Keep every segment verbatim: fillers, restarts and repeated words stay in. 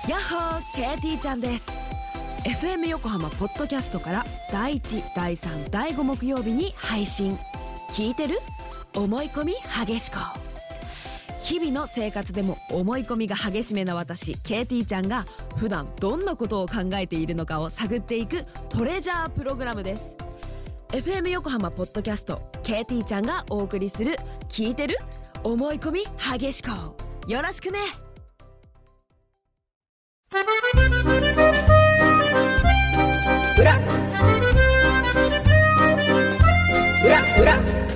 やっほー ケーティー ちゃんです。 エフエム 横浜ポッドキャストからだいいち、だいさん、だいご木曜日に配信。聞いてる？思い込み激しこ。日々の生活でも思い込みが激しめな私 ケーティー ちゃんが普段どんなことを考えているのかを探っていくトレジャープログラムです。 エフエム 横浜ポッドキャスト ケーティー ちゃんがお送りする聞いてる？思い込み激しこ。よろしくね。 裏裏裏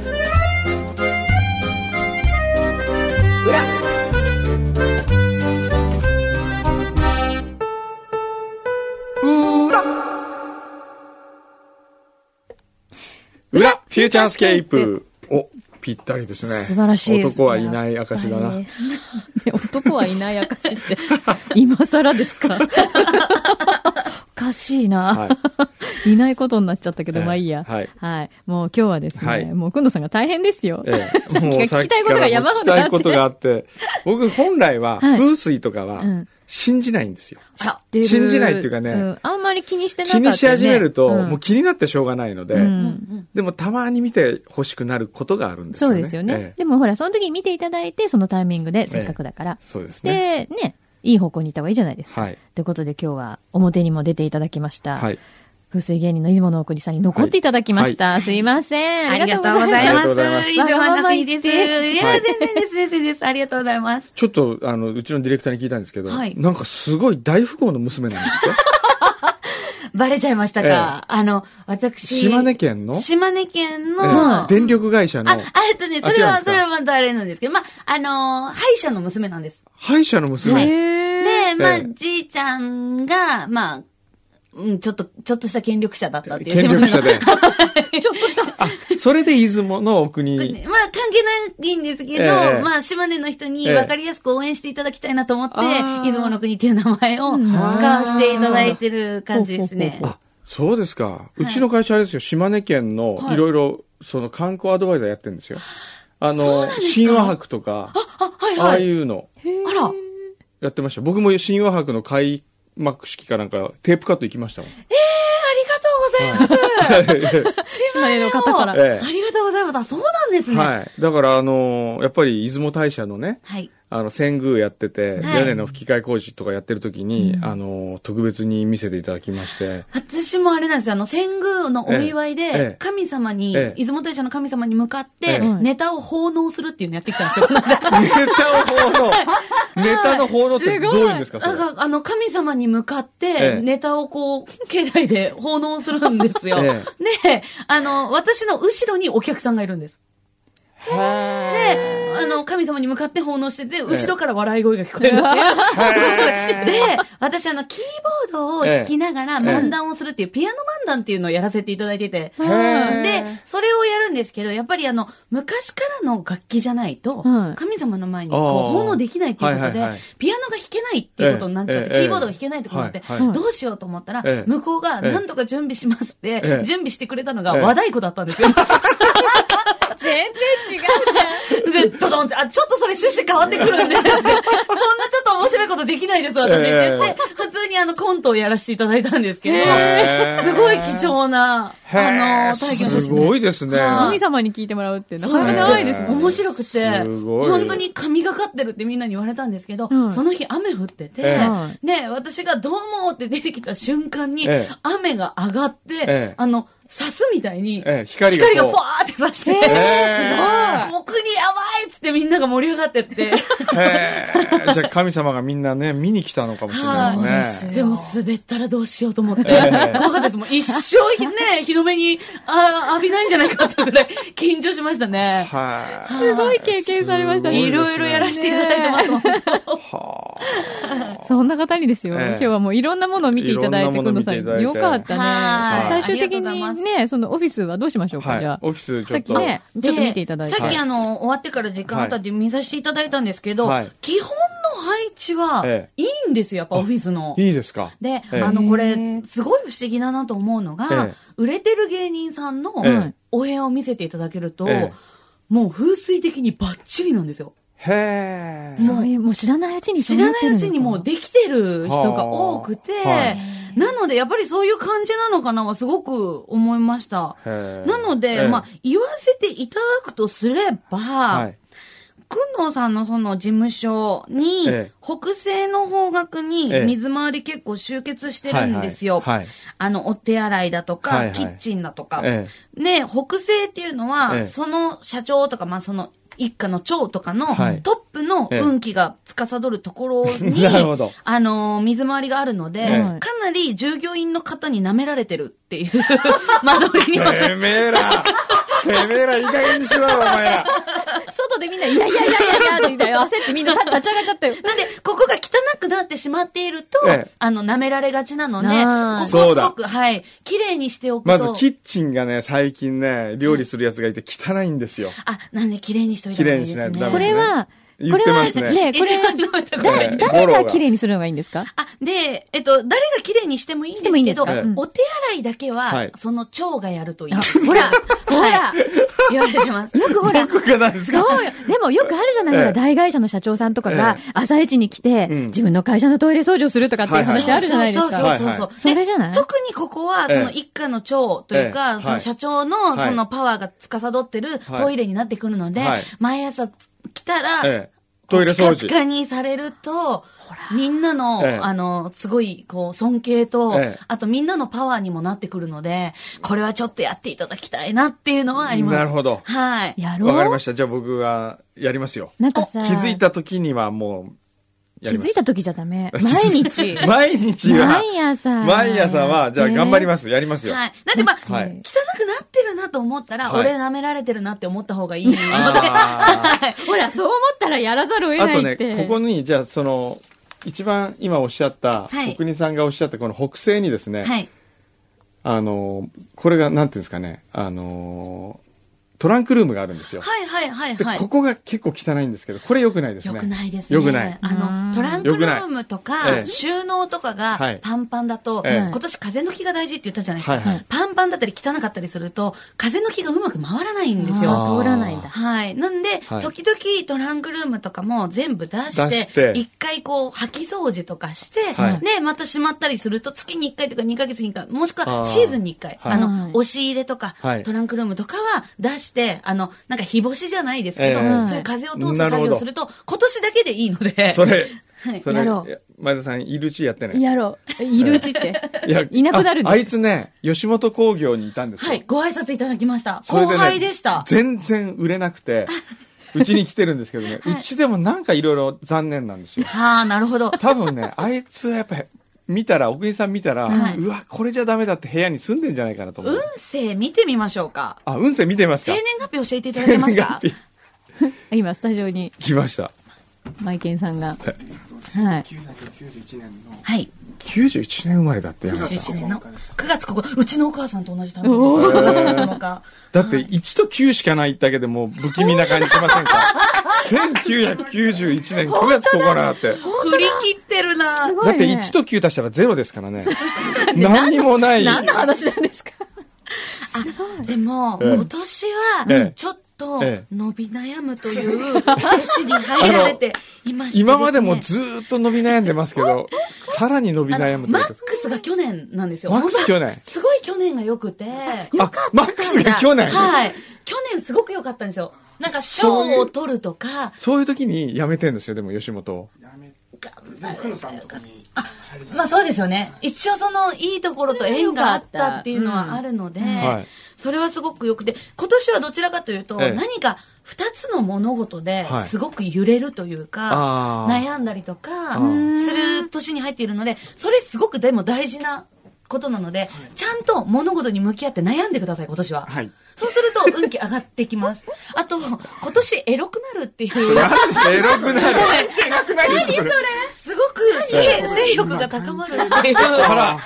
裏フューチャースケープ。お、ぴったりですね。 素晴らしいですね。 男はいない証だな。 男はいない証って今更ですか？おかしいな、はい、いないことになっちゃったけど、えー、まあいいや、はい、はい、もう今日はですね、はい、もうくんどさんが大変ですよ、えー、もう聞きたいことが山ほどあって、聞きたいことがあって僕本来は風水とかは信じないんですよ、はい、信じないっていうかね、うん、 あんまり気にしてなかった、ね、 気にし始めると、うん、もう気になってしょうがないので、うん、でもたまに見て欲しくなることがあるんですよね。 そうですよね、えー、でもほらその時に見ていただいてそのタイミングでせっかくだから、えー、 そうですね。 でね、いい方向に行った方がいいじゃないですか。はい。ということで今日は表にも出ていただきました。はい。風水芸人の出雲の奥里さんに残っていただきました。はい、すいません。 ありがとうございます。ありがとうございます。出雲の国です。いや、全然です、全然です。ありがとうございます。 ちょっと、あの、うちのディレクターに聞いたんですけど、はい、なんかすごい大富豪の娘なんですってバレちゃいましたか、ええ、あの、私。 島根県の島根県の、 ええ、電力会社の。 あ、えっとね、それは、それはまたあれなんですけど、まあ、あの、歯医者の娘なんです。 歯医者の娘、はい、 で、まあ、じいちゃんが、まあ、うん、ちょっと、ちょっとした権力者だったっていう。 権力者で。 ちょっとした。ちょっとした。 あ、それで出雲のお国。 まあ、関係ないんですけど、えー、まあ、島根の人に分かりやすく応援していただきたいなと思って、えー、出雲の国っていう名前を使わせていただいてる感じですね。 あ、そうですか。うちの会社あれですよ、島根県のいろいろ、その観光アドバイザーやってるんですよ。あの、神話博とか、 あ、はいはい。 ああいうの。 あら。 やってました。僕も神話博の開幕式かなんかテープカット行きましたもん。 ええー、ありがとうございます。はい、 島根の方から、 ええ。ありがとうございます。あ、そうなんですね。 はい。だからあのー、やっぱり出雲大社のね、はい。あの、遷宮やってて、はい、屋根の吹き替え工事とかやってる時に、うん、あの、特別に見せていただきまして。 私もあれなんですよ、あの、遷宮のお祝いで、神様に、ええ、出雲大社の神様に向かって、え、ネタを奉納するっていうのやってきたんですよ。ネタを奉納ネタの奉納ってどういうんですか？それ。 なんか、あの、神様に向かって、ネタをこう、境内で奉納するんですよ。で、あの、私の後ろにお客さんがいるんです。で、あの、神様に向かって奉納してて、後ろから笑い声が聞こえるっていう。で、私、あの、キーボードを弾きながら漫談をするっていう、ピアノ漫談っていうのをやらせていただいてて、で、それをやるんですけど、やっぱりあの、昔からの楽器じゃないと、神様の前にこう奉納できないっていうことで、ピアノが弾けないっていうことになっちゃって、キーボードが弾けないってことになって、どうしようと思ったら、向こうが何とか準備しますって、準備してくれたのが和太鼓だったんですよ。 全然違うじゃん。 で、ドドンって、あ、ちょっとそれ趣旨変わってくるんで、そんなちょっと面白いことできないです、私って言って、普通にあのコントをやらせていただいたんですけど、すごい貴重な、あの、体験ですね。 すごいですね。 神様に聞いてもらうってなかなかないですもんね。 面白くて、本当に神がかってるってみんなに言われたんですけど、その日雨降ってて、で、私がどうもって出てきた瞬間に、雨が上がって、あの、刺すみたいに、 ええ、光が光がファーって刺して、えー、すごい僕にやばいっつってみんなが盛り上がってって。 へじゃあ神様がみんなね、見に来たのかもしれないですね。 でも滑ったらどうしようと思って。怖かったです。もう一生ね、日の目にあ浴びないんじゃないかってぐらい緊張しましたね。 はい。すごい経験されましたね。 いろいろやらせていただいてます、本当。 はあ。そんな方にですよ。今日はもういろんなものを見ていただいて、くんどさん。よかったね。最終的にね、そのオフィスはどうしましょうか、はい、じゃあ。 オフィスちょっと。 さっきね、ちょっと見ていただいて。 さっきあの、終わってから時間あったって見させていただいたんですけど、はい、基本の配置はいいんですよ、やっぱオフィスの。 いいですか。 で、ええ、あの、これ、すごい不思議だなと思うのが、ええ、売れてる芸人さんのお部屋を見せていただけると、ええ、もう風水的にバッチリなんですよ。 へー。そういう、もう知らないうちに知らないうちにもうできてる人が多くて、はい、なのでやっぱりそういう感じなのかなはすごく思いました。なので、まあ、言わせていただくとすれば、はい、くんのさんのその事務所に、ええ、北西の方角に水回り結構集結してるんですよ。はいはいはい、あの、お手洗いだとか、はいはい、キッチンだとか。ええ、で、北西っていうのは、ええ、その社長とか、まあ、その一家の長とかのトップの運気が司るところに、ええ、あの、水回りがあるので、ええ、かなり従業員の方に舐められてるっていう間取りには。 てめえらてめえらいい加減にしろよ、お前ら。 外でみんな、いやいやいやいやいや、みたいな焦ってみんな立ち上がっちゃったよ。 なんで、ここが汚くなってしまっていると、ええ、あの、舐められがちなので、ここをすごく、はい、綺麗にしておくと。 まず、キッチンがね、最近ね、料理するやつがいて汚いんですよ。 あ、なんで綺麗にしといた方がいいですね。綺麗にしないとダメですね。 これは、これはね、これ、誰が綺麗にするのがいいんですか？ あ、で、えっと、誰が綺麗にしてもいいんですけど、お手洗いだけは、その腸がやるといい。 ほら、ほら、 言われてます。 よくほら、 僕がなんですか？ そうよ。でもよくあるじゃないですか、大会社の社長さんとかが、朝一に来て、自分の会社のトイレ掃除をするとかっていう話あるじゃないですか。 そうそうそう。 それじゃない？ 特にここは、その一家の腸というか、その社長のそのパワーが司ってるトイレになってくるので、毎朝来たら、 トイレ掃除。 ピカピカにされると、みんなの、ええ、あの、すごい、こう、尊敬と、ええ、あとみんなのパワーにもなってくるので、これはちょっとやっていただきたいなっていうのはあります。 なるほど。 はい。 やろう。 わかりました。じゃあ僕がやりますよ。 なんかさ、 気づいた時にはもう、 気づいた時じゃダメ。毎日。 毎日は。 毎朝。 毎朝は、じゃあ頑張ります。やりますよ。 はい。だってまあ、はい、汚くなってるなと思ったら、はい、俺舐められてるなって思った方がいいので。ほら、そう思ったらやらざるを得ないって。 あとね、ここに、じゃあその、一番今おっしゃった、はい、お国さんがおっしゃったこの北西にですね、はい、あの、これがなんていうんですかね、あの、トランクルームがあるんですよ。 はいはいはいはい。 ここが結構汚いんですけど、これ良くないですね。 良くないですね。 良くない。 あの、トランクルームとか、収納とかがパンパンだと、今年風の気が大事って言ったじゃないですか。パンパンだったり汚かったりすると、風の気がうまく回らないんですよ。 通らないんだ。 はい。なんで、時々トランクルームとかも全部出して、一回こう、掃き掃除とかして、で、またしまったりすると、月にいっかいとかにかげつにいっかい、もしくはシーズンにいっかい、あの、押し入れとか、トランクルームとかは出して、あの、なんか日干しじゃないですけど、えー、そういう風を通す作業すると、今年だけでいいので。 それ、はい、それ、やろう。前田さん、いるうちやってない？ やろう。いるうちって。いや、いなくなるんです。 あいつね、吉本興業にいたんですよ。 はい、ご挨拶いただきました。後輩でした。 全然売れなくて、うちに来てるんですけどね、うちでもなんかいろいろ残念なんですよ。 はあ、なるほど。 多分ね、あいつはやっぱり、見たら、奥井さん見たら、はい、うわ、これじゃダメだって部屋に住んでんじゃないかなと思う。 運勢見てみましょうか。 あ、運勢見てみますか。 生年月日教えていただけますか。 今、スタジオに。 来ました。 マイケンさんが。はい。 きゅうななきゅうじゅういちねんの。はい。きゅうじゅういちねん生まれだってやました。きゅうじゅういちねんのくがつここ、うちのお母さんと同じ誕生日です。くがつここのか。 だっていちときゅうしかないだけでもう不気味な感じしませんか？せんきゅうひゃくきゅうじゅういちねんくがつここのだって。 振り切ってるな。 だっていちときゅう足したらゼロですからね。何にもない。 何の話なんですか？ あ、でも、今年は、ちょっと、伸び悩むという年に入られていまして、 今までもずっと伸び悩んでますけど、さらに伸び悩むというマックスが去年なんですよ。 マックス去年。 すごい去年が良くて。 あ、マックスが去年？ はい。去年すごく良かったんですよ。なんか賞を取るとか。 そういう時に辞めてるんですよ、でも吉本を。 辞めでも、くのさんのとこにあ、まあそうですよね。一応そのいいところと縁があったっていうのはあるので、それ, うんはい、それはすごくよくて、今年はどちらかというと、ええ、何か二つの物事ですごく揺れるというか、はい、悩んだりとかする年に入っているので、それすごくでも大事なことなので、はい、ちゃんと物事に向き合って悩んでください、今年は。はい、そうすると運気上がってきます。あと、今年エロくなるっていう。 なんでエロくなる？ エロくないです。何それ？すごく性欲が高まるっていう。はい。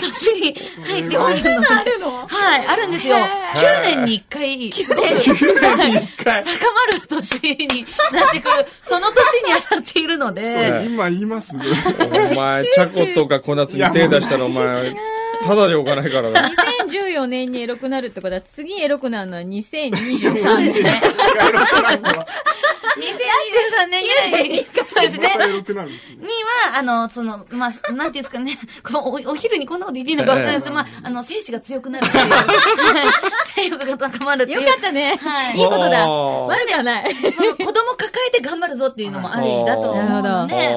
年に入ってくるの。 そんなのあるの？ はい、あるんですよ。きゅうねんにいっかい。きゅうねんにいっかい。 高まる年になってくる。その年に当たっているので。 それ今言いますね。 お前、チャコとか小夏に手出したらお前、ただでおかないからな。 にせんんじゅうよねんにエロくなるってことは、次エロくなるのはにせんにじゅうさんねん。 にせんにじゅうさんねんぐらいに、そうですね。には、あの、その、まあ、なんていうんですかね、このお、お昼にこんなこと言っていいのかわからないですけど、まあ、あの、精子が強くなるっていう。性欲が高まるっていう。 よかったね。はい。いいことだ。悪くはない。 子供抱えて頑張るぞっていうのもありだと思うので、うん。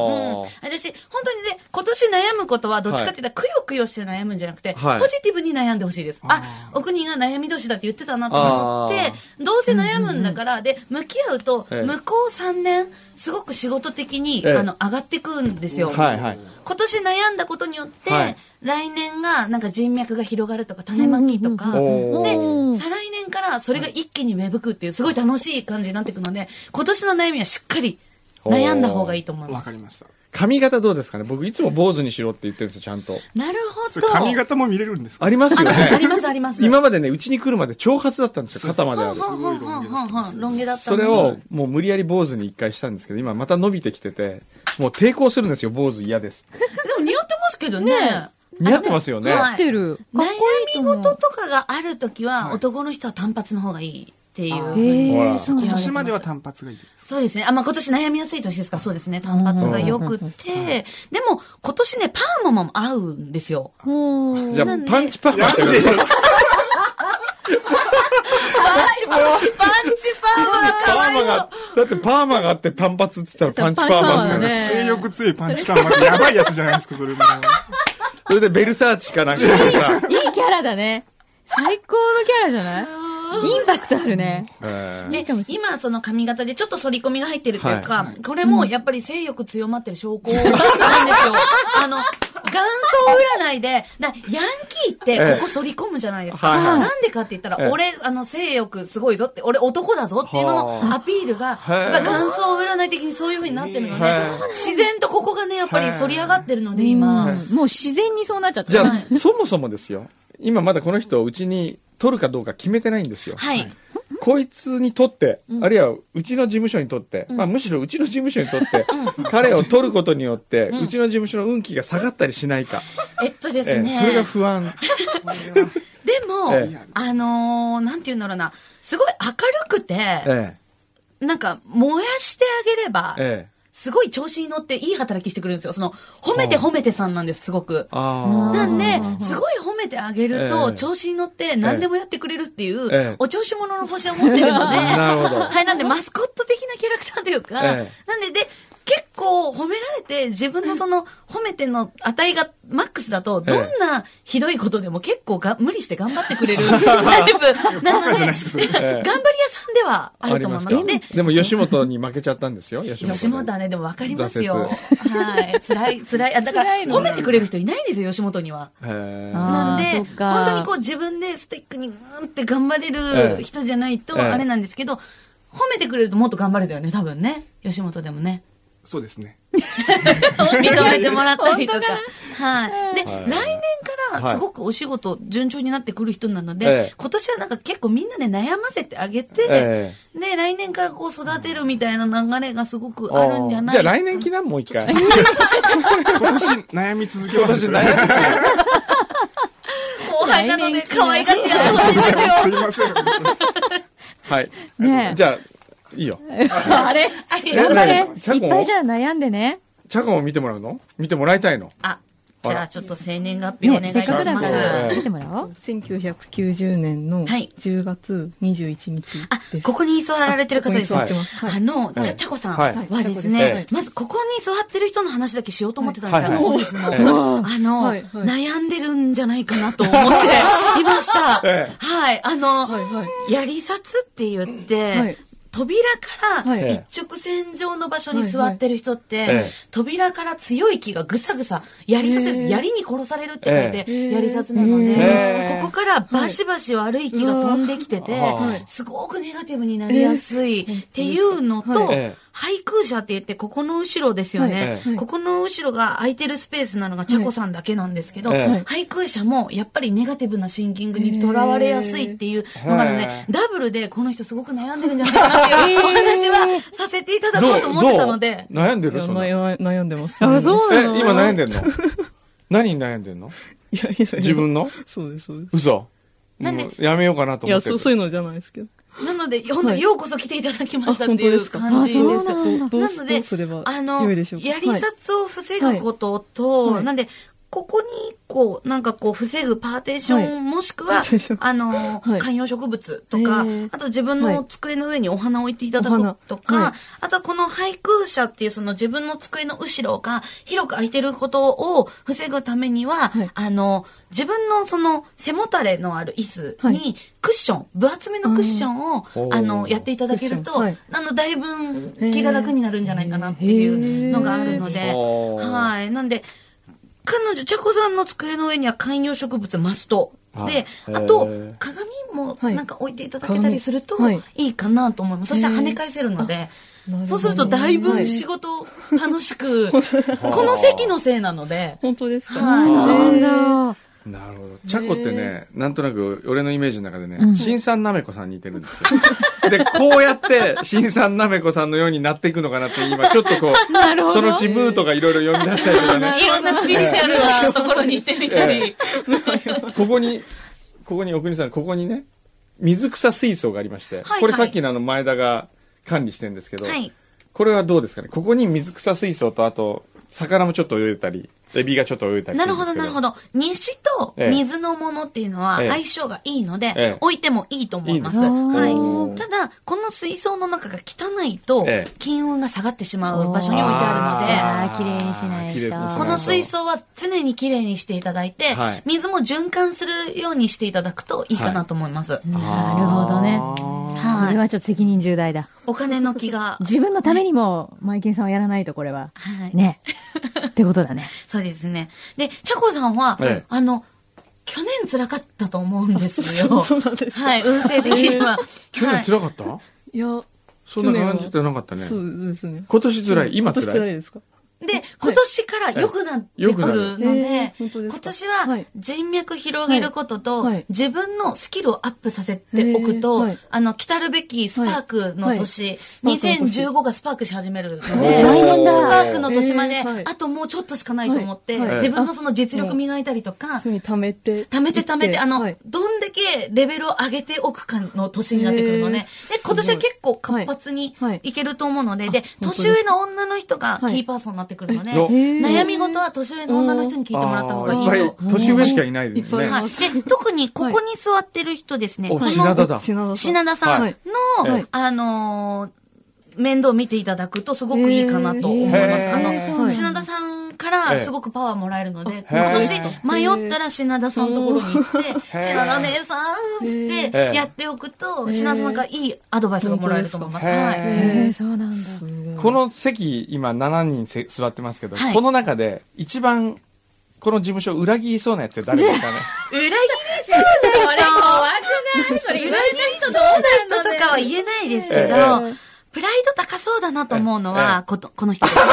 私、本当にね、今年悩むことは、どっちかって言ったら、くよくよして悩むんじゃなくて、はい、ポジティブに悩んでほしいです。あ、お国が悩み年だって言ってたなと思って、どうせ悩むんだから、で、向き合うと、向こうさんねん、すごく仕事的に、あの、上がってくんですよ。はいはい。今年悩んだことによって、はい、来年がなんか人脈が広がるとか種まきとか、で、再来年からそれが一気に芽吹くっていうすごい楽しい感じになっていくので、今年の悩みはしっかり悩んだ方がいいと思います。 わかりました。 髪型どうですかね？僕いつも坊主にしろって言ってるんですよ、ちゃんと。 なるほど。 髪型も見れるんですか？ ありますよね。 ありますあります。 今までね、うちに来るまで長髪だったんですよ、肩まである。 すごいロン毛だった。ロン毛だったそれをもう無理やり坊主に一回したんですけど、今また伸びてきてて、もう抵抗するんですよ、坊主嫌です。 でも似合ってますけどね。 似合ってますよね。 似合ってる。 悩み事とかがあるときは、男の人は単発の方がいい。っていうふうに。 今年までは単発がいい。 そうですね。あ、まあ、今年悩みやすい年ですから、そうですね。単発が良くて、でも今年ね、パーマも合うんですよ。 じゃあ、パンチパーマってことですか？ パンチパーマが可愛いの。 だってパーマがあって単発って言ったらパンチパーマですよね。 性欲強いパンチパーマってやばいやつじゃないですか、それも。 それでベルサーチかなんかしてさ。 いいキャラだね。最高のキャラじゃない？インパクトあるね。 ね、今その髪型でちょっと反り込みが入ってるっていうか、はい、これもやっぱり性欲強まってる証拠なんですよ。あの、元祖占いで、だヤンキーってここ反り込むじゃないですか。ええ、なんでかって言ったら、え、俺、あの、性欲すごいぞって、俺男だぞっていうののアピールが、やっぱ元祖占い的にそういう風になってるので、自然とここがね、やっぱり反り上がってるので、今。 もう自然にそうなっちゃった。 じゃあ、そもそもですよ。今まだこの人をうちに取るかどうか決めてないんですよ。 はい。 こいつにとって、うん、あるいはうちの事務所にとって、うん、まあむしろうちの事務所にとって、うん、彼を取ることによって、うん、うちの事務所の運気が下がったりしないか。 えっとですね。 えそれが不安。 でも、ええ、あのー、なんて言うんだろうな、すごい明るくて、ええ、なんか燃やしてあげれば、ええすごい調子に乗っていい働きしてくれるんですよ。その、褒めて褒めてさんなんです、すごく。なんで、すごい褒めてあげると、調子に乗って何でもやってくれるっていう、お調子者の星を持ってるので、 なるほど。 はい、なんでマスコット的なキャラクターというか、なんで、で、結構褒められて、自分のその褒めての値がマックスだと、どんなひどいことでも結構が無理して頑張ってくれるタイプなので、頑張り屋さんではあると思います。 で、でも吉本に負けちゃったんですよ、 吉本。吉本はね、でも分かりますよ。はい。辛い、辛い。だから、褒めてくれる人いないんですよ、吉本には。なんで、本当にこう自分でストイックにグーンって頑張れる人じゃないと、あれなんですけど、褒めてくれるともっと頑張れたよね、多分ね。吉本でもね。 そうですね。 認めてもらったりとか。はい。で、来年からすごくお仕事順調になってくる人なので、今年はなんか結構みんなで悩ませてあげて、で、来年からこう育てるみたいな流れがすごくあるんじゃないか。 じゃあ来年期間もう一回。 今年悩み続けます。今年悩み後輩なので可愛がってやってほしいですよ。 すいません。 はい。ねじゃあ、いいよ。 あれ頑張れ。いっぱいじゃあ悩んでね。 チャコも見てもらうの？見てもらいたいの？ あ、じゃあちょっと生年月日お願いいたします。せっかくだから見てもらおう。 せんきゅうひゃくきゅうじゅうねんのじゅうがつにじゅういちにちです。 あ、ここに座られてる方ですね。あの、チャコさんはですね、まずここに座ってる人の話だけしようと思ってたんですよ。あの、オフィスの。あの、悩んでるんじゃないかなと思っていました。はい。あの、槍殺って言って、扉から一直線上の場所に座ってる人って、扉から強い気がぐさぐさ、槍刺せず、槍に殺されるって書いて、槍殺なので、ここからバシバシ悪い気が飛んできてて、すごくネガティブになりやすいっていうのと、配空車って言って、ここの後ろですよね。ここの後ろが空いてるスペースなのがチャコさんだけなんですけど、配空車もやっぱりネガティブなシンキングにとらわれやすいっていうのがあるので、ダブルでこの人すごく悩んでるんじゃないかなっていうお話はさせていただこうと思ってたので。 悩んでる？ 悩んでます。 あ、そうなの？ え、今悩んでんの？何に悩んでんの？ いやいや自分の？ そうです、そうです。 嘘？ なんで、やめようかなと思って。 いや、そう、そういうのじゃないですけど。 なので、本当にようこそ来ていただきましたっていう感じです。なので、あの、やり札を防ぐことと、なんで、ここに、こう、なんかこう、防ぐパーテーション、もしくは、あの、観葉植物とか、あと自分の机の上にお花を置いていただくとか、あとはこの配空車っていうその自分の机の後ろが広く空いてることを防ぐためには、あの、自分のその背もたれのある椅子にクッション、分厚めのクッションを、あの、やっていただけると、あの、だいぶ気が楽になるんじゃないかなっていうのがあるので、はい。なんで、彼女、ちゃこさんの机の上には観葉植物マスト。で、あと、鏡もなんか置いていただけたりするといいかなと思います。そしたら跳ね返せるので、そうするとだいぶ仕事楽しく、この席のせいなので。 本当ですか？ はい。 なるほど。チャコってね、なんとなく俺のイメージの中でね、新さんなめこさんに似てるんですよ。で、こうやって新さんなめこさんのようになっていくのかなって今ちょっとこう、そのうちムーとかいろいろ読み出したりとかね。 いろんなスピリチュアルなところに行ってみたり。 ここに、ここに奥国さん、ここにね、水草水槽がありまして、これさっきのあの前田が管理してるんですけど、これはどうですかね。ここに水草水槽とあと、魚もちょっと泳いでたり、エビがちょっと泳いだりするんですけど。 なるほど、なるほど。西と水のものっていうのは相性がいいので、ええ、置いてもいいと思います。いいはい。ただ、この水槽の中が汚いと、金運が下がってしまう場所に置いてあるので、綺麗にしないと。 この水槽は常に綺麗にしていただいて、はい、水も循環するようにしていただくといいかなと思います。はい、 なるほどね。はい。これはちょっと責任重大だ。 お金の気が。 自分のためにも、マイケンさんはやらないと、これは。はい。ね。ってことだね。 そうですね。で、チャコさんは、ええ、あの、去年辛かったと思うんですよ。 そうなんですか。 はい、運勢的には。 去年辛かった？ はい、いや、 そんな感じてなかったね。 そうですね。 今年辛い？今辛い？ 今年辛いですか？ で、今年から良くなってくるので、今年は人脈広げることと、自分のスキルをアップさせておくと、あの、来たるべきスパークの年、にせんじゅうごがスパークし始めるので、来年だスパークの年まで、あともうちょっとしかないと思って、自分のその実力磨いたりとか、 貯めて、 貯めて貯めて、あの、どんだけレベルを上げておくかの年になってくるので、で、今年は結構活発にいけると思うので、で、年上の女の人がキーパーソンになってくるので、悩み事は年上の女の人に聞いてもらった方がいいと。 やっぱり年上しかいないですね。 はい。で、特にここに座ってる人ですね。 品田だ。 品田さんの、あの、面倒を見ていただくとすごくいいかなと思います。あの、品田さんからすごくパワーもらえるので、今年迷ったら品田さんのところに行って、品田姉さんってやっておくと、品田さんからいいアドバイスがもらえると思います。はい。 へー、そうなんだ。 この席、今しちにん座ってますけど、この中で一番、この事務所裏切りそうなやつって誰ですかね？ 裏切りそうだよ。それ怖くない？それ裏切り人どうなんの人とかは言えないですけど、プライド高そうだなと思うのは、ここの人です。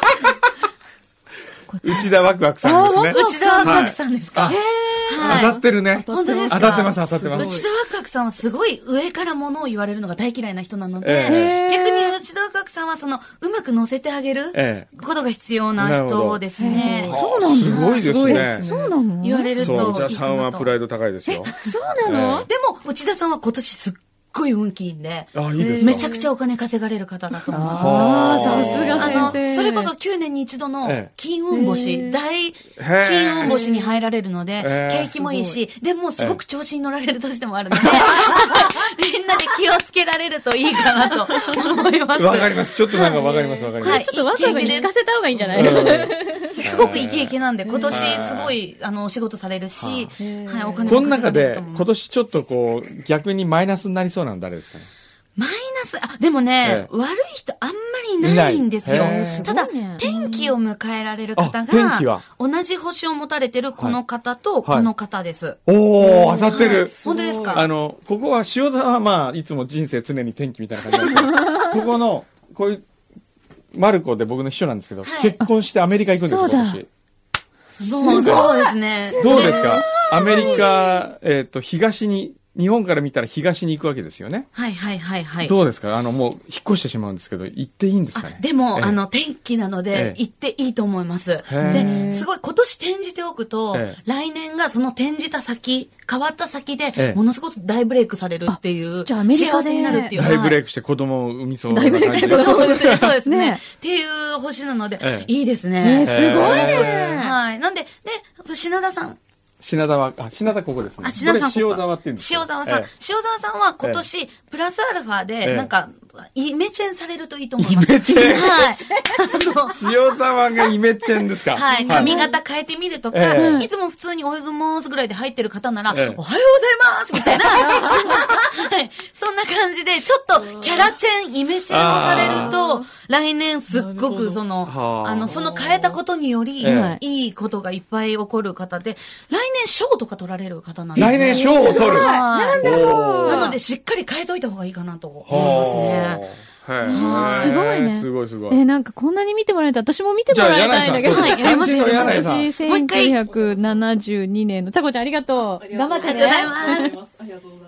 内田ワクワクさんですね。 内田ワクワクさんですか？ へー。当たってるね。 本当ですか？ 当たってます、当たってます。 内田ワクワクさんはすごい上から物を言われるのが大嫌いな人なので、逆に内田ワクワクさんはその、うまく乗せてあげることが必要な人ですね。 そうなんだ。 すごいですね。 そうなの？ 言われると。 そう、内田さんはプライド高いですよ。 そうなの？ でも、内田さんは今年すっごい運気いいんで、めちゃくちゃお金稼がれる方だと思います。 ああ、さすが先生。 あの、それこそきゅうねんに一度の金運星、大金運星に入られるので、景気もいいし、でもすごく調子に乗られる年でもあるので、みんなで気をつけられるといいかなと思います。 わかります。ちょっとなんかわかります、わかります。 ちょっとワクワクに聞かせた方がいいんじゃない？ すごくイケイケなんで、今年すごい、あの、お仕事されるし、はい、お金もこの中で、今年ちょっとこう、逆にマイナスになりそうなの誰ですかね？ マイナス、あ、でもね、悪い人あんまりいないんですよ。ただ、転機を迎えられる方が、同じ星を持たれてるこの方とこの方です。 おー、当たってる。 本当ですか？ あの、ここは塩沢はまあ、いつも人生常に転機みたいな感じなんですけど、ここの、こういう、マルコで僕の秘書なんですけど、結婚してアメリカ行くんですよ、今年。 そう、そうですね。 どうですか？アメリカ、えっと、東に日本から見たら東に行くわけですよね。 はいはいはいはい。 どうですか？あの、もう引っ越してしまうんですけど、行っていいんですかね？ でも、ええ、あの、天気なので、行っていいと思います。で、すごい、今年転じておくと、来年がその転じた先、変わった先で、ものすごく大ブレイクされるっていう、 じゃあアメリカで幸せになるっていう。 大ブレイクして子供を産みそうな感じで。大ブレイクして子供を産みそう。 そうですね。っていう星なので、いいですね。 すごいね。 はい。なんで、で、品田さん。 品田は、あ、品田ここですね。 あ、品田さん。 塩沢って言うんですか？ 塩沢さん。塩沢さんは今年、プラスアルファで、なんか、イメチェンされるといいと思います。 イメチェンはい。 塩沢がイメチェンですか？ はい。髪型変えてみるとか、いつも普通におはようございますぐらいで入ってる方なら、おはようございますみたいな。はい。そんな感じで、ちょっとキャラチェン、イメチェンをされると、来年すっごくその、あの、その変えたことにより、いいことがいっぱい起こる方で、来年賞とか取られる方なんで。 来年賞を取る。 なんだろう。なので、しっかり変えといた方がいいかなと思いますね。 すごいね。 すごいすごい。 え、なんかこんなに見てもらえたら、私も見てもらいたいんだけど。 はい、やりますよ。 私、せんきゅうひゃくななじゅうにねんの、ちゃこちゃんありがとう。頑張ってね。 ありがとうございます。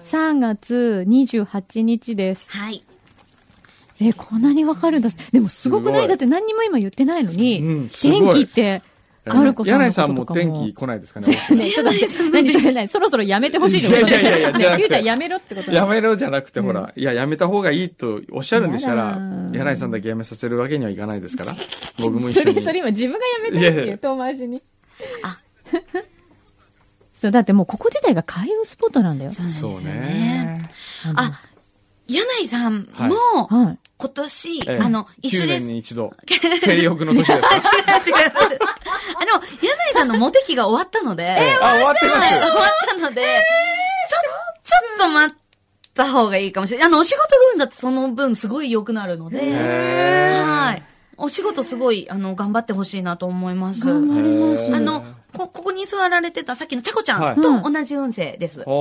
さんがつにじゅうはちにちです。 はい。 え、こんなにわかるんだ。でもすごくない？だって何にも今言ってないのに、天気って、マルコさんのこととかも。 柳井さんも天気来ないですかね。 ね、ちょっと待って、何それ何そろそろやめてほしいの？ いやいやいやいや、 ね、ゆうちゃんやめろってことやめろじゃなくて、ほら、いや、やめた方がいいとおっしゃるんでしたら、柳井さんだけやめさせるわけにはいかないですから。僕も一緒に。 それ、それ今自分がやめてっていう、遠回しに。あ。そう、だってもうここ自体が開運スポットなんだよ。 そうね。あ、柳井さんも、はい今年、ええ、あの、一緒です。 きゅうねんに一度。性欲の年ですか？違う違う。あ、 でも、柳井さんのモテ期が終わったので。 えー、あ、終わってます。 終わったので、えー、ちょ、ちょっと待った方がいいかもしれない。あの、お仕事分だってその分すごい良くなるので。はい。お仕事すごい、あの、頑張ってほしいなと思います。 頑張ります。 あの、こ、ここに座られてたさっきのちゃこちゃんと同じ運勢です。はい、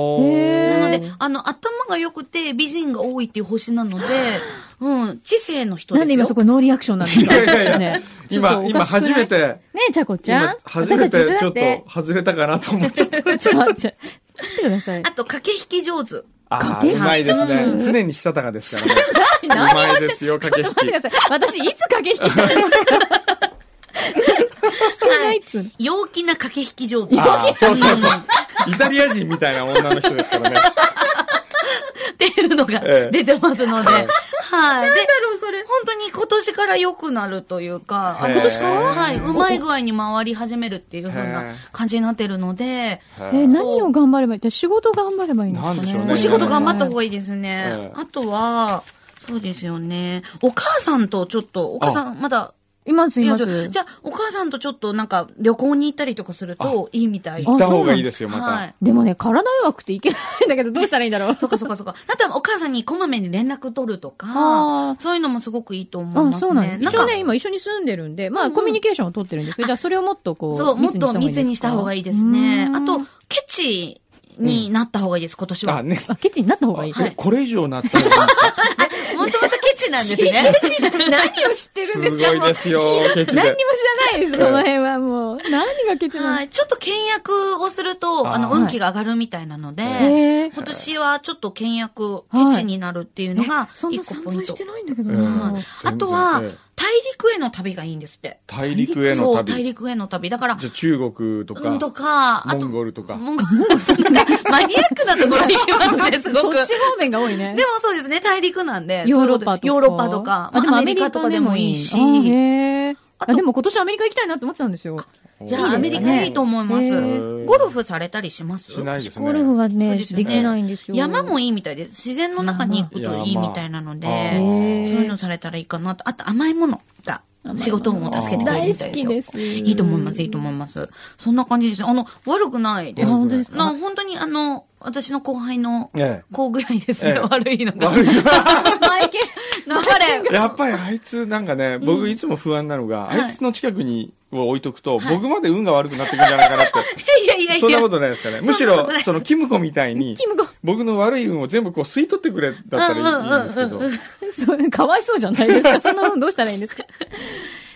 なので、あの、頭が良くて美人が多いっていう星なので、うん、知性の人ですよ。 なんで今そこノーリアクションなんですか？ いやいやいや、今、今初めて。 ねえ、ちゃこちゃん。 初めてちょっと外れたかなと思っちゃった。 ちょっと待って。待ってください。 あと、駆け引き上手。 ああ、うまいですね。常にしたたかですからね。うまいですよ、駆け引き。 ちょっと待ってください。私、いつ駆け引きしたんですか？してないっつう。 陽気な駆け引き上手。 ああ、そうそうそう。イタリア人みたいな女の人ですからね。 っていうのが出てますので。はい。で、本当に今年から良くなるというか、今年からはい、うまい具合に回り始めるっていう風な感じになってるので。 え、何を頑張ればいい？仕事頑張ればいいんですかね。 お仕事頑張った方がいいですね。あとは、そうですよね。お母さんとちょっと、お母さんまだ、 います、います。 じゃあ、お母さんとちょっとなんか旅行に行ったりとかするといいみたい。 行った方がいいですよ、また。はい、 でもね、体弱くていけないんだけど、どうしたらいいんだろう。 そっかそっかそっか。だったらお母さんにこまめに連絡取るとか、そういうのもすごくいいと思いますね。 そうなんです。一応ね、今一緒に住んでるんで、まあ、コミュニケーションを取ってるんですけど、じゃあそれをもっとこう、 そう、もっと密にした方がいいですね。あと、ケチになった方がいいです、今年は。 あ、ね。 あ、ケチになった方がいい。 これ以上なった方がいいですか？ もともとケチなんですね。 何を知ってるんですか？ すごいですよ、ケチで。 何にも知らないです、その辺はもう。何がケチなの？ はい。ちょっと倹約をすると、あの、運気が上がるみたいなので、今年はちょっと倹約、ケチになるっていうのが、 そんな散々してないんだけどな。 あとは、大陸への旅がいいんですって。 大陸への旅。そう、 大陸への旅。だから、 じゃ中国とか。 とか、 モンゴルとか。 モンゴル。マニアックなところに行きますね、すごく。 そっち方面が多いね。 でもそうですね、大陸なんで。 ヨーロッパとか。 ヨーロッパとか。 あ、でもアメリカとかでもいいし。へー。あ、でも今年アメリカ行きたいなって思ってたんですよ。 じゃあアメリカいいと思います。ゴルフされたりします？ しないですね。 ゴルフはね、できないんですよ。 山もいいみたいです。自然の中に行くといいみたいなので、そういうのされたらいいかなと。あと甘いものが。仕事も助けてくれるみたいですよ。大好きです。いいと思います、いいと思います。そんな感じです。あの、悪くないです。 本当ですか？ な、本当にあの、私の後輩の子ぐらいですね、ええ、悪いのが。 悪い。 やっぱりあいつなんかね、僕いつも不安なのが、うん、あいつの近くにを置いとくと、はい、僕まで運が悪くなってくるんじゃないかなって。 いやいやいや。 そんなことないですかね。むしろ、そのキムコみたいに、僕の悪い運を全部こう吸い取ってくれだったらいいんですけど。 そう、かわいそうじゃないですか。その運どうしたらいいんですか？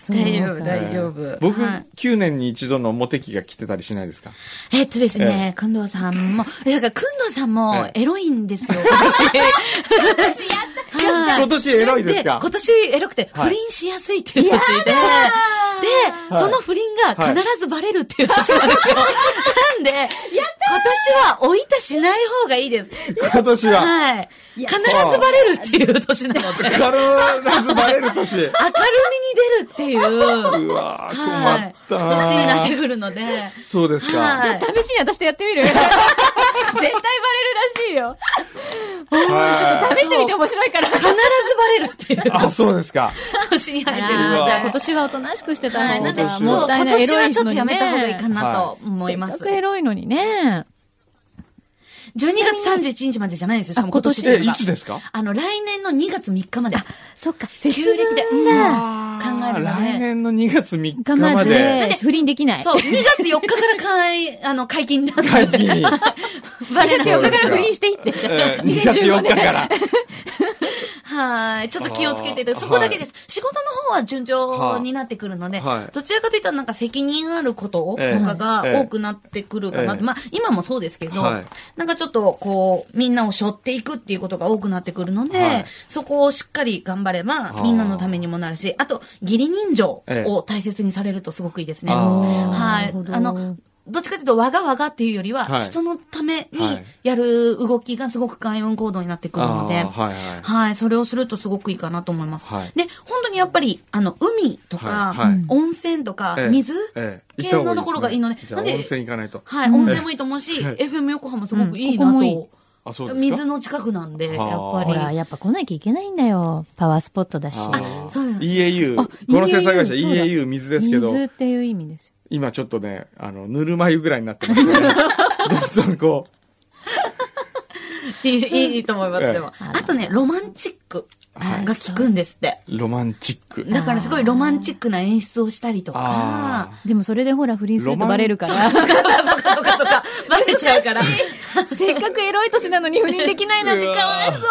大丈夫、大丈夫。 僕、きゅうねんに一度のモテ期が来てたりしないですか？ えっとですね、くんどうさんも、だからくんどうさんもエロいんですよ、今年。今年やった。今年エロいですか？ 今年エロくて、不倫しやすいっていう年で、で、その不倫が必ずバレるっていう年なんですよ。なんで、今年はおいたしない方がいいです。 今年は。 はい。必ずバレるっていう年なので。 必ずバレる年。明るみに出るっていう。 うわー、困ったな、 年になってくるので。 そうですか。じゃあ試しに私とやってみる？絶対バレるらしいよ。ちょっと試してみて面白いから。必ずバレるっていう。 あ、そうですか。 年に入ってる。 じゃあ今年はおとなしくしてた方がもったいない。エロいのにね。今年はちょっとやめた方がいいかなと思います。 せっかくエロいのにね。 じゅうにがつさんじゅういちにちまでじゃないんですよ。しかも今年え、いつですか？ あの、来年のにがつみっかまで。あ、 そっか。 旧暦で。うん。考えるので。 来年のにがつみっかまで。 不倫できない。 そう、にがつよっかから解、あの、解禁だった。 解禁。にがつよっかから不倫していって。 にがつよっかから。 はい。ちょっと気をつけてて、そこだけです。仕事の方は順調になってくるので、どちらかといったらなんか責任あることとかが多くなってくるかな。まあ、今もそうですけど、なんかちょっとこう、みんなを背負っていくっていうことが多くなってくるので、そこをしっかり頑張れば、みんなのためにもなるし、あと、義理人情を大切にされるとすごくいいですね。はい。あの、どっちかというと、わがわがっていうよりは、はい、人のためにやる動きがすごく開運行動になってくるので、はい、はいはい、それをするとすごくいいかなと思います。はい、で、本当にやっぱり、あの、海とか、はいはい、温泉とか、水、ええ、系のところがいいので、 なんで、温泉行かないと。 はい、温泉もいいと思うし、エフエム 横浜すごくいいなと。うん、ここもいい。あ、そうですか？水の近くなんで、やっぱり。 ほら、やっぱ来なきゃいけないんだよ。パワースポットだし。 あ、そうです。 イーエーユー。この制作会社 イーエーユー 水ですけど。 水っていう意味ですよ。 今ちょっとね、あの、ぬるま湯ぐらいになってますね。どんどんこう。いい、いいと思います、でも。あとね、ロマンチックが効くんですって。 ロマンチック。 だからすごいロマンチックな演出をしたりとか。 でもそれでほら不倫するとバレるから。 そうかそうかそうか。バレちゃうから。 せっかくエロい年なのに不倫できないなんてかわいそう。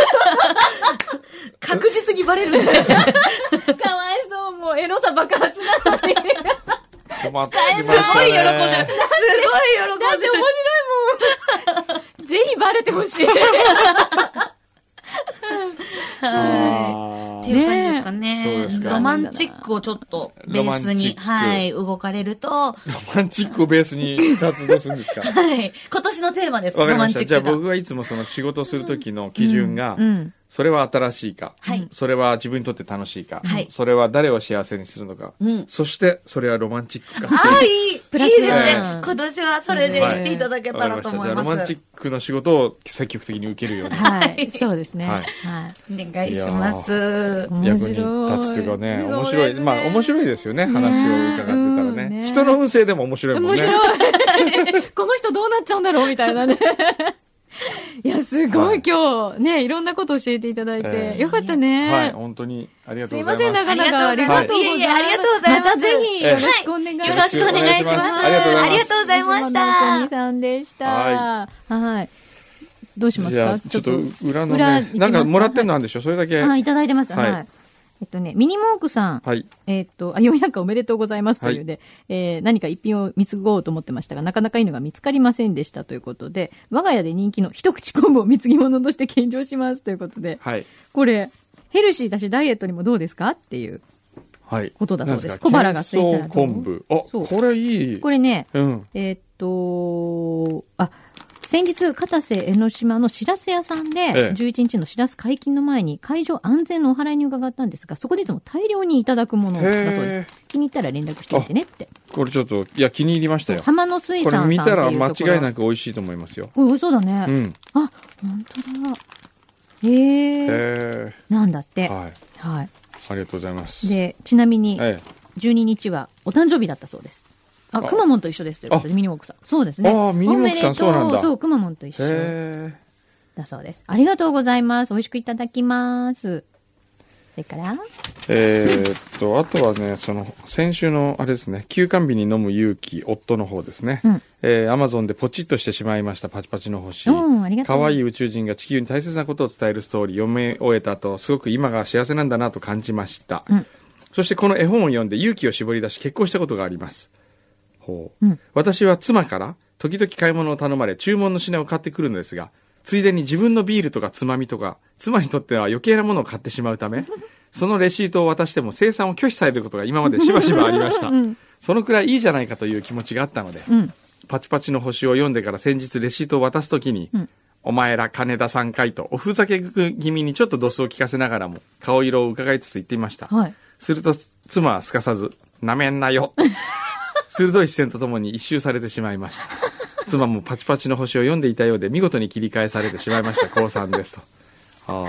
確実にバレるんだよ。 かわいそう、もうエロさ爆発なのに。 困ってすごい喜んでる。すごい喜んでる。だって面白いもん。ぜひバレてほしい。 はい。っていう感じですかね。そうですか。ロマンチックをちょっとベースに、はい、動かれると。ロマンチックをベースに活動するんですか？ はい。今年のテーマです。 わかりました。じゃあ僕はいつもその仕事するときの基準が、それは新しいか、はい、それは自分にとって楽しいか、はい、それは誰を幸せにするのか、うん、そしてそれはロマンチックか。 ああ、いいプラスいいですね。今年はそれで言っていただけたらと思います。はい、じゃあロマンチックの仕事を積極的に受けるように。 はい。そうですね。はい。 お願いします。 役に立つというかね、面白い。まあ面白いですよね、話を伺ってたらね。人の運勢でも面白いもんね。面白い。この人どうなっちゃうんだろうみたいなね。いや、すごい今日、ね、いろんなこと教えていただいて、よかったね。 はい、本当にありがとうございます。 すいません、なかなかありがとうございます。 いやいや、ありがとうございます。 またぜひよろしくお願いします。 よろしくお願いします。 ありがとうございます。 ありがとうございました。 のこにさんでした。はい。どうしますか？ ちょっと裏のね、なんかもらってんのあるんでしょ？それだけ。 はい、いただいてます。はい。えっとね、ミニモークさん。はい。えっと、あ、よんひゃっかいおめでとうございますというで、はい、えー、何か一品を見つごうと思ってましたが、なかなかいいのが見つかりませんでしたということで、我が家で人気の一口昆布を貢ぎ物として献上しますということで、はい。これ、ヘルシーだしダイエットにもどうですかっていう。はい。ことだそうです。小腹が空いたら。 昆布。あ、これいい。 これね、うん。えー、っと、あ、先日、片瀬江ノ島のしらす屋さんで、じゅういちにちのしらす解禁の前に、海上安全のお払いに伺ったんですが、そこでいつも大量にいただくものだそうです。気に入ったら連絡してみてねって。 これちょっと、いや、気に入りましたよ。 浜野水産さんっていうところ。 これ見たら間違いなく美味しいと思いますよ。 これ美味しそうだね。うん。あ、本当だ。へえ。へえ。なんだって。はい。はい。 ありがとうございます。 で、ちなみに、じゅうににちはお誕生日だったそうです。あ、くまモンと一緒ですということで、ミニモークさん。そうですね。 ああ、ミニモークさんそうなんだ。 そう、くまモンと一緒。だそうです。ありがとうございます。美味しくいただきます。それからえー、っと、あとはね、その、先週の、あれですね、休館日に飲む勇気、夫の方ですね。うん、えー、アマゾンでポチッとしてしまいました、パチパチの星。うん、ありがとう。可愛い宇宙人が地球に大切なことを伝えるストーリー、読み終えた後、すごく今が幸せなんだなと感じました。うん、 そしてこの絵本を読んで勇気を絞り出し結婚したことがあります。ほう、うん、私は妻から時々買い物を頼まれ注文の品を買ってくるのですが、ついでに自分のビールとかつまみとか妻にとっては余計なものを買ってしまうためそのレシートを渡しても生産を拒否されることが今までしばしばありました、うん、そのくらいいいじゃないかという気持ちがあったので、うん、パチパチの星を読んでから先日レシートを渡すときに、うん、お前ら金田さんかいとおふざけ気味にちょっとドスを聞かせながらも顔色を伺いつつ言っていました、はい、すると妻はすかさずなめんなよ鋭い視線とともに一周されてしまいました妻もパチパチの星を読んでいたようで見事に切り返されてしまいました。降参ですと。あ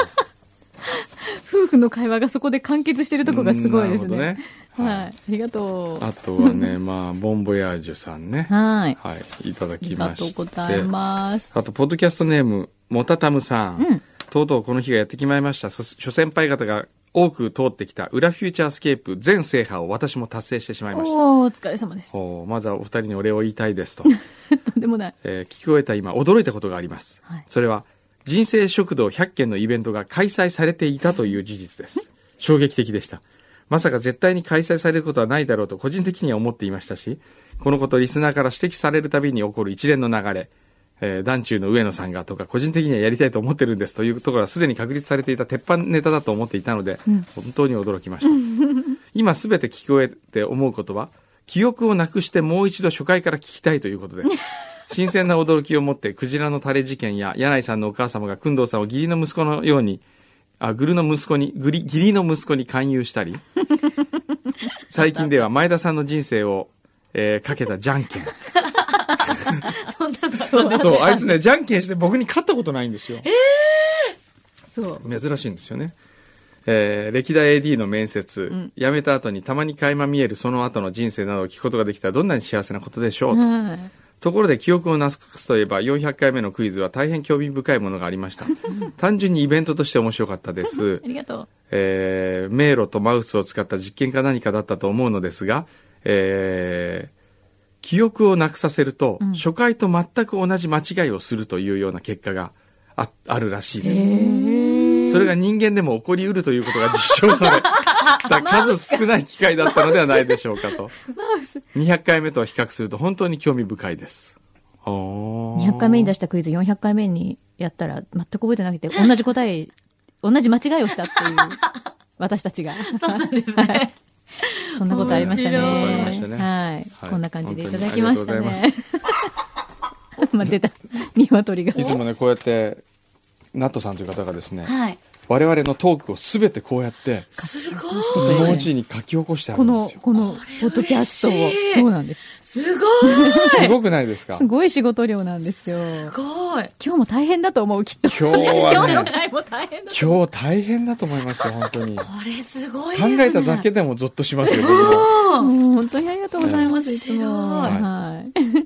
夫婦の会話がそこで完結してるところがすごいですね。ね、はい、はい。ありがとう。 あとはね、まあ、ボンボヤージュさんね。はい。はい。いただきまして。ありがとうございます。 あと、ポッドキャストネーム、もたたむさん。うん。とうとうこの日がやってきまいりました。諸先輩方が多く通ってきた裏フューチャースケープ全制覇を私も達成してしまいました。 おお疲れ様です。 おまずはお二人にお礼を言いたいですと。 とんでもない。 えー、聞き終えた今驚いたことがあります。はい、それは人生食堂ひゃっけんのイベントが開催されていたという事実です。衝撃的でした。まさか絶対に開催されることはないだろうと個人的には思っていましたし、このことリスナーから指摘されるたびに起こる一連の流れ、えー、団中の上野さんがとか個人的にはやりたいと思ってるんですというところはすでに確立されていた鉄板ネタだと思っていたので、うん、本当に驚きました今すべて聞き終えて思うことは記憶をなくしてもう一度初回から聞きたいということです新鮮な驚きを持ってクジラのタレ事件や柳井さんのお母様が工藤さんを義理の息子のようにあグルの息子にグリ義理の息子に勧誘したり最近では前田さんの人生を、えー、かけたじゃんけんそんなそうそうあいつねじゃんけんして僕に勝ったことないんですよ。 えー、 そう珍しいんですよね。えー、歴代 エーディー の面接、うん、辞めた後にたまに垣間見えるその後の人生などを聞くことができたらどんなに幸せなことでしょうと、はい、ところで記憶をなくすといえばよんひゃっかいめのクイズは大変興味深いものがありました単純にイベントとして面白かったですありがとう、 えー、迷路とマウスを使った実験か何かだったと思うのですが、えー記憶をなくさせると、うん、初回と全く同じ間違いをするというような結果が あ, あるらしいです。それが人間でも起こりうるということが実証された数少ない機会だったのではないでしょうかとにひゃっかいめと比較すると本当に興味深いです。 にひゃっかいめに出したクイズよんひゃっかいめにやったら全く覚えてなくて同じ答え同じ間違いをしたっていう私たちがそうですねそんなことありましたね。 はい、 はい、こんな感じでいただきましたね。まあ出た鶏が。 いつもねこうやってナットさんという方がですね、 はい、 我々のトークをすべてこうやってすごい文字に書き起こしてあるんですよ。 このこのポッドキャストをそうなんです。 すごいすごくないですか。 すごい仕事量なんですよ。 すごい。 今日も大変だと思うきっと。 今日はね今日の回も大変だと思う。 今日大変だと思いますよ本当に。 これすごいですね。 考えただけでもゾッとしますよ。 もう本当にありがとうございます。いつも。はい。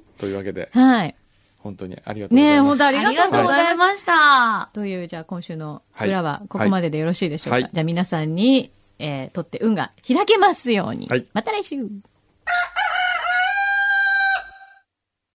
というわけで。 はい。 本当にありがとうございます。ねえ、 本当ありがとうございました。 という、じゃあ今週の裏はここまででよろしいでしょうか。はいはい、じゃあ皆さんに、えー、とって運が開けますように。はい、また来週。